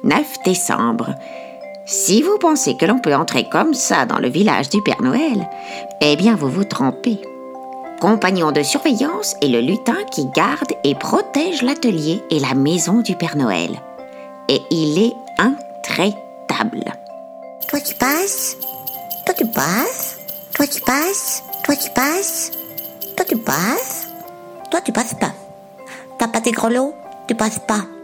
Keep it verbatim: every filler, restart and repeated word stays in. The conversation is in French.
neuf décembre. Si vous pensez que l'on peut entrer comme ça dans le village du Père Noël, eh bien vous vous trompez. Compagnon de surveillance est le lutin qui garde et protège l'atelier et la maison du Père Noël. Et il est intraitable. Toi tu passes, toi tu passes, toi tu passes, toi tu passes, toi tu passes, toi tu passes pas. T'as pas tes grelots, tu passes pas.